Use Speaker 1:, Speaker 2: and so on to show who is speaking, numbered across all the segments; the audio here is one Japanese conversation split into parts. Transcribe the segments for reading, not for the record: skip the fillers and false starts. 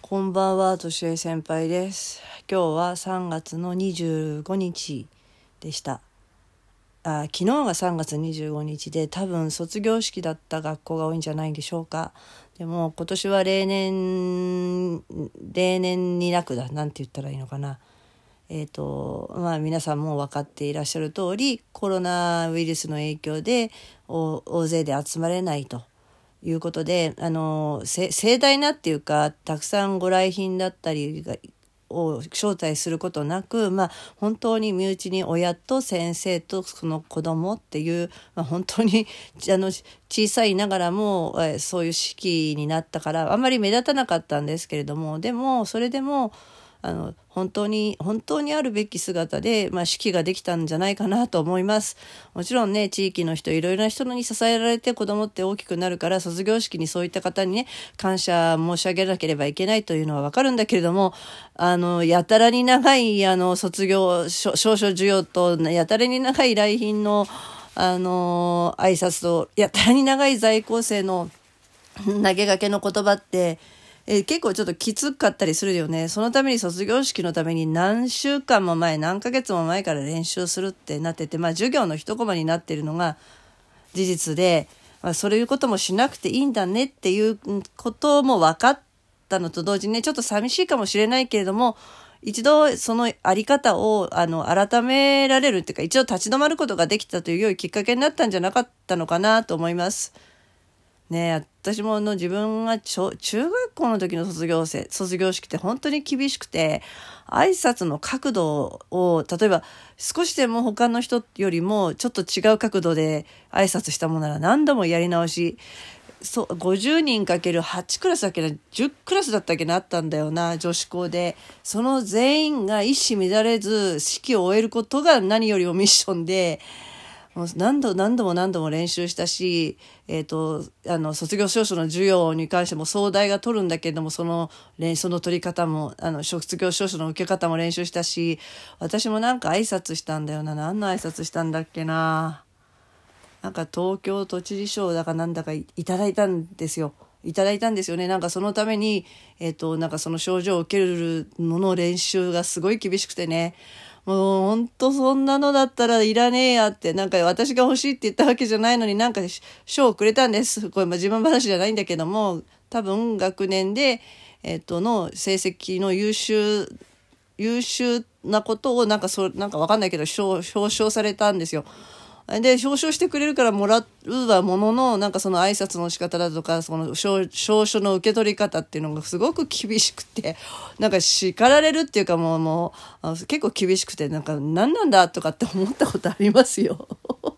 Speaker 1: こんばんは、としえ先輩です。今日は3月の25日でした。昨日が3月25日で、多分卒業式だった学校が多いんじゃないでしょうか。でも今年は例年になくなんて言ったらいいのかな。皆さんも分かっていらっしゃる通り、コロナウイルスの影響で大勢で集まれないということで、盛大なっていうか、たくさんご来賓だったりを招待することなく、本当に身内に親と先生とその子供っていう、本当に小さいながらもそういう式になったから、あんまり目立たなかったんですけれども、でもそれでも本当にあるべき姿で、式ができたんじゃないかなと思います。もちろんね、地域の人、いろいろな人に支えられて子供って大きくなるから、卒業式にそういった方にね、感謝申し上げなければいけないというのはわかるんだけれども、やたらに長い卒業証書授与と、やたらに長い来賓の挨拶と、やたらに長い在校生の投げかけの言葉って結構ちょっときつかったりするよね。そのために卒業式のために何週間も前、何ヶ月も前から練習するってなってて、授業の一コマになっているのが事実で、そういうこともしなくていいんだねっていうことも分かったのと同時にね、ちょっと寂しいかもしれないけれども、一度そのあり方を改められるっていうか、一度立ち止まることができたという良いきっかけになったんじゃなかったのかなと思います。ね、私も自分が中学校の時の卒業式って本当に厳しくて、挨拶の角度を例えば少しでも他の人よりもちょっと違う角度で挨拶したものなら何度もやり直し、50人かける8クラスだっけな、10クラスだったっけな、あったんだよな、女子校で。その全員が一糸乱れず式を終えることが何よりもミッションで、もう何度も練習したし、卒業証書の授業に関しても総代が取るんだけれども、その取り方も、卒業証書の受け方も練習したし、私もなんか挨拶したんだよな。何の挨拶したんだっけな。なんか東京都知事賞だかなんだかいただいたんですよね。なんかそのために、なんかその賞状を受けるのの練習がすごい厳しくてね。もうほんとそんなのだったらいらねえやって、なんか私が欲しいって言ったわけじゃないのに、なんか賞をくれたんです。これ自慢話じゃないんだけども、多分学年で、の成績の優秀なことをなんかわかんないけど表彰されたんですよ。で、表彰してくれるからもらうはものの、なんかその挨拶の仕方だとか、その証書の受け取り方っていうのがすごく厳しくて、なんか叱られるっていうかもう結構厳しくて、なんか何なんだとかって思ったことありますよ。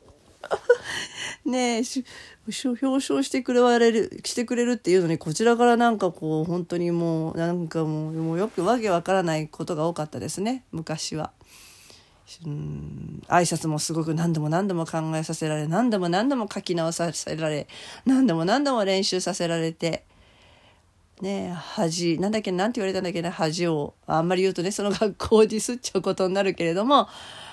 Speaker 1: ねえ、表彰してくれるっていうのに、こちらからなんかこう、本当にもう、なんかもうよくわけわからないことが多かったですね、昔は。挨拶もすごく何度も考えさせられ、何度も書き直させられ、何度も練習させられて、ねえ、なんて言われたんだっけな、恥をあんまり言うとね、その学校をディスっちゃうことになるけれども、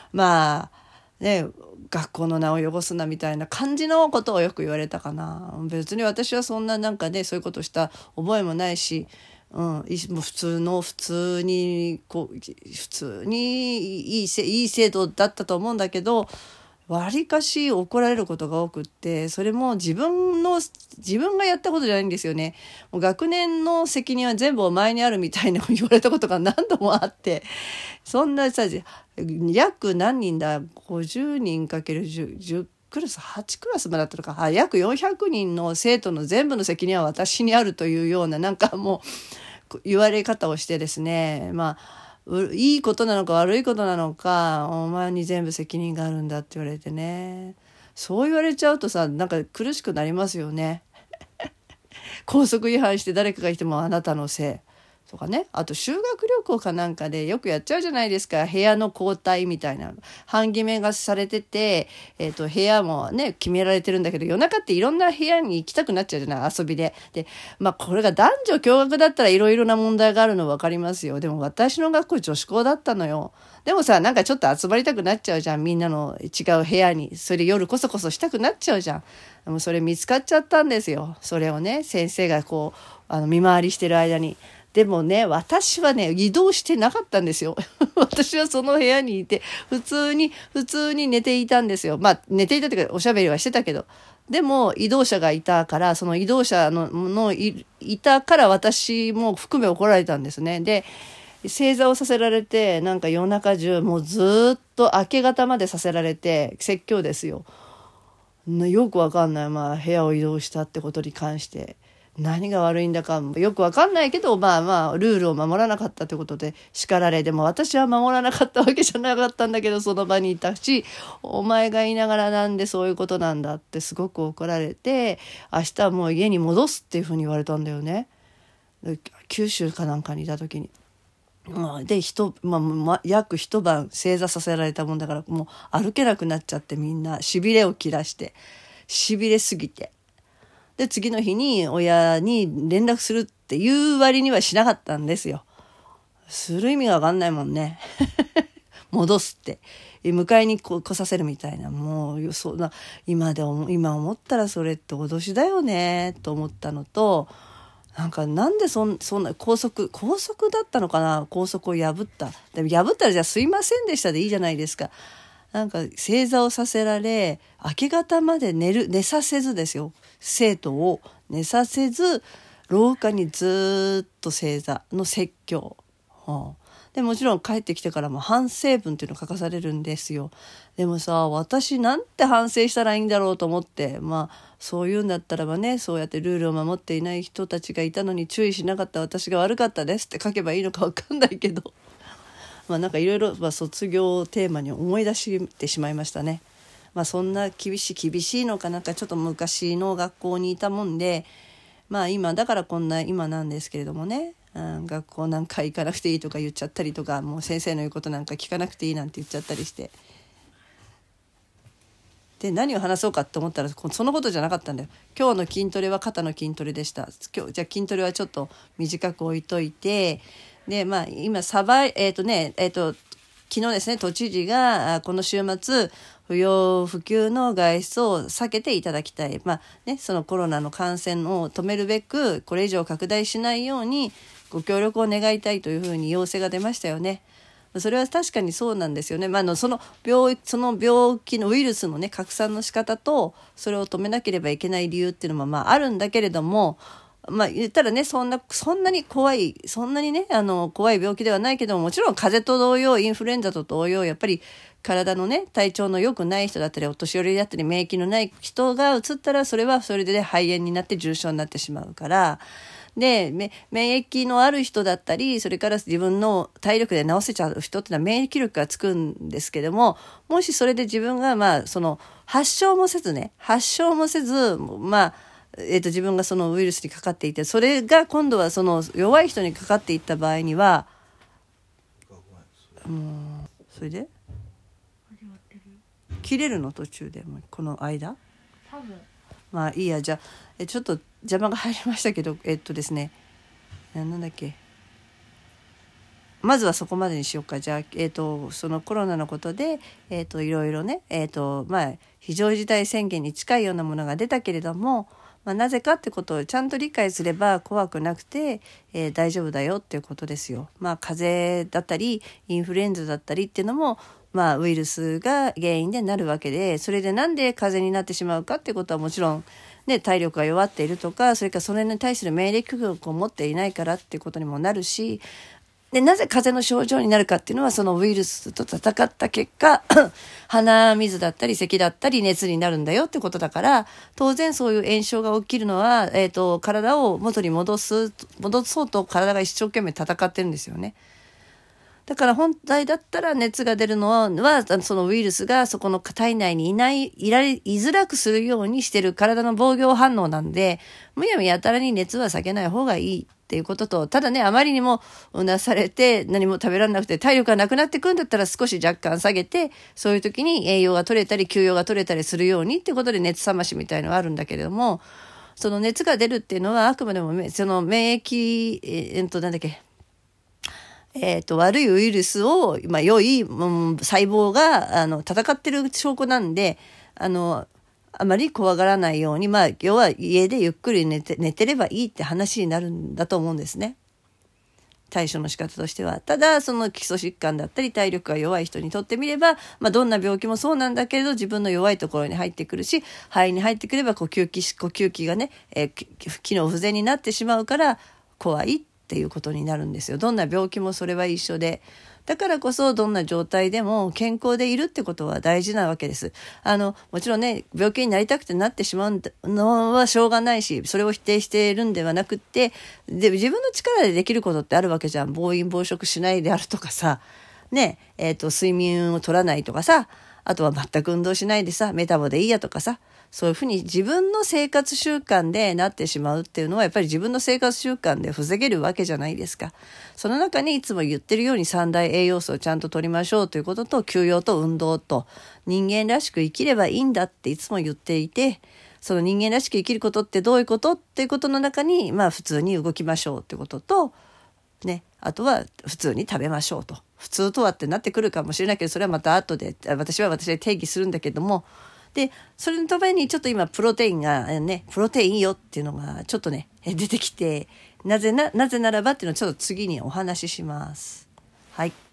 Speaker 1: 学校の名を汚すなみたいな感じのことをよく言われたかな。別に私はそんななんかね、そういうことした覚えもないし、普通にいい制度だったと思うんだけど、わりかし怒られることが多くって、それも自分がやったことじゃないんですよね。もう学年の責任は全部お前にあるみたいな言われたことが何度もあって、そんなさ、約何人だ、50人かける10クラス、8クラスまでだったのか、約400人の生徒の全部の責任は私にあるというような、なんかもう言われ方をしてですね、いいことなのか悪いことなのか、お前に全部責任があるんだって言われてね。そう言われちゃうとさ、なんか苦しくなりますよね。校則違反して誰かがいてもあなたのせいとかね。あと修学旅行かなんかでよくやっちゃうじゃないですか。部屋の交代みたいな半決めがされてて、部屋もね決められてるんだけど、夜中っていろんな部屋に行きたくなっちゃうじゃない、遊びで。でこれが男女共学だったらいろいろな問題があるの分かりますよ。でも私の学校女子校だったのよ。でもさ、なんかちょっと集まりたくなっちゃうじゃん、みんなの違う部屋に。それ夜こそしたくなっちゃうじゃん。でもそれ見つかっちゃったんですよ。それをね、先生がこう見回りしてる間に。 でもね、私はね、移動してなかったんですよ。私はその部屋にいて、普通に寝ていたんですよ。まあ、寝ていたというか、おしゃべりはしてたけど。でも、移動車がいたから、その移動車いたから私も含め怒られたんですね。で、正座をさせられて、なんか夜中中、もうずっと明け方までさせられて、説教ですよ。よくわかんない。まあ、部屋を移動したってことに関して。何が悪いんだかよくわかんないけど、まあまあルールを守らなかったということで叱られ、でも私は守らなかったわけじゃなかったんだけど、その場にいたし、お前がいながらなんでそういうことなんだってすごく怒られて、明日はもう家に戻すっていうふうに言われたんだよね。九州かなんかにいた時に。で約一晩正座させられたもんだから、もう歩けなくなっちゃって、みんなしびれを切らして、しびれすぎて、で次の日に親に連絡するっていう割にはしなかったんですよ。する意味がわかんないもんね。戻すって迎えに来させるみたいな、もうそんな今思ったらそれって脅しだよねと思ったのと、なんでそんな拘束だったのかな。拘束を破った。でも破ったらじゃあすいませんでしたでいいじゃないですか。正座をさせられ、明け方まで寝させずですよ。生徒を寝させず、廊下にずっと正座の説教。でもちろん帰ってきてからも反省文っていうのを書かされるんですよ。でもさ、私なんて反省したらいいんだろうと思って、まあそういうんだったらばね、そうやってルールを守っていない人たちがいたのに注意しなかった私が悪かったですって書けばいいのか分かんないけど、まあいろいろ卒業をテーマに思い出してしまいましたね。まあそんな厳しいのかちょっと昔の学校にいたもんで、まあ今だからこんな今なんですけれどもね、学校なんか行かなくていいとか言っちゃったりとか、もう先生の言うことなんか聞かなくていいなんて言っちゃったりして、で何を話そうかって思ったらそのことじゃなかったんだよ。今日の筋トレは肩の筋トレでした。じゃあ筋トレはちょっと短く置いといて、でまあ今昨日ですね、都知事がこの週末不要不急の外出を避けていただきたい。そのコロナの感染を止めるべくこれ以上拡大しないようにご協力を願いたいというふうに要請が出ましたよね。それは確かにそうなんですよね。その病気のウイルスのね拡散の仕方とそれを止めなければいけない理由っていうのもあるんだけれども、言ったらね、そんなに怖い怖い病気ではないけども、もちろん風邪と同様インフルエンザと同様、やっぱり体のね体調の良くない人だったりお年寄りだったり免疫のない人がうつったらそれはそれで、肺炎になって重症になってしまうから、で免疫のある人だったり、それから自分の体力で治せちゃう人っていうのは免疫力がつくんですけども、もしそれで自分がその発症もせず自分がそのウイルスにかかっていて、それが今度はその弱い人にかかっていった場合には、それで切れるの途中でもこの間
Speaker 2: 多分
Speaker 1: まあいいや。じゃあちょっと邪魔が入りましたけど、ですね、なんだっけ、まずはそこまでにしようか。じゃあそのコロナのことでいろいろね非常事態宣言に近いようなものが出たけれども、なぜかってことをちゃんと理解すれば怖くなくて、大丈夫だよっていうことですよ。風邪だったりインフルエンザだったりっていうのもウイルスが原因でなるわけで、それでなんで風邪になってしまうかってことはもちろんね、体力が弱っているとか、それからそれに対する免疫力を持っていないからっていうことにもなるし、でなぜ風邪の症状になるかっていうのはそのウイルスと戦った結果鼻水だったり咳だったり熱になるんだよってことだから、当然そういう炎症が起きるのは、体を元に戻そうと体が一生懸命戦ってるんですよね。だから本来だったら熱が出るのはそのウイルスがそこの体内にいづらくするようにしてる体の防御反応なんで、むやみやたらに熱は下げない方がいいっていうことと、ただね、あまりにもうなされて何も食べられなくて体力がなくなってくんだったら少し若干下げて、そういう時に栄養が取れたり休養が取れたりするようにってことで熱冷ましみたいのはあるんだけれども、その熱が出るっていうのはあくまでもその免疫悪いウイルスを、良い、細胞が戦ってる証拠なんで、あまり怖がらないように、要は家でゆっくり寝てればいいって話になるんだと思うんですね。 対処の仕方としては。ただその基礎疾患だったり体力が弱い人にとってみれば、どんな病気もそうなんだけれど自分の弱いところに入ってくるし、肺に入ってくれば呼吸器がね、機能不全になってしまうから怖いっていうことになるんですよ。どんな病気もそれは一緒で、だからこそどんな状態でも健康でいるってことは大事なわけです。もちろんね、病気になりたくてなってしまうのはしょうがないし、それを否定しているんではなくって、で自分の力でできることってあるわけじゃん。暴飲暴食しないであるとかさ、ね、睡眠を取らないとかさ、あとは全く運動しないでさ、メタボでいいやとかさ、そういうふうに自分の生活習慣でなってしまうっていうのはやっぱり自分の生活習慣で防げるわけじゃないですか。その中にいつも言ってるように三大栄養素をちゃんと取りましょうということと、休養と運動と、人間らしく生きればいいんだっていつも言っていて、その人間らしく生きることってどういうことっていうことの中に、普通に動きましょうってことと、ね、あとは普通に食べましょうと。普通とはってなってくるかもしれないけど、それはまた後で私で定義するんだけども、でそれのためにちょっと今プロテインいいよっていうのがちょっとね出てきて、なぜならばっていうのをちょっと次にお話しします。はい。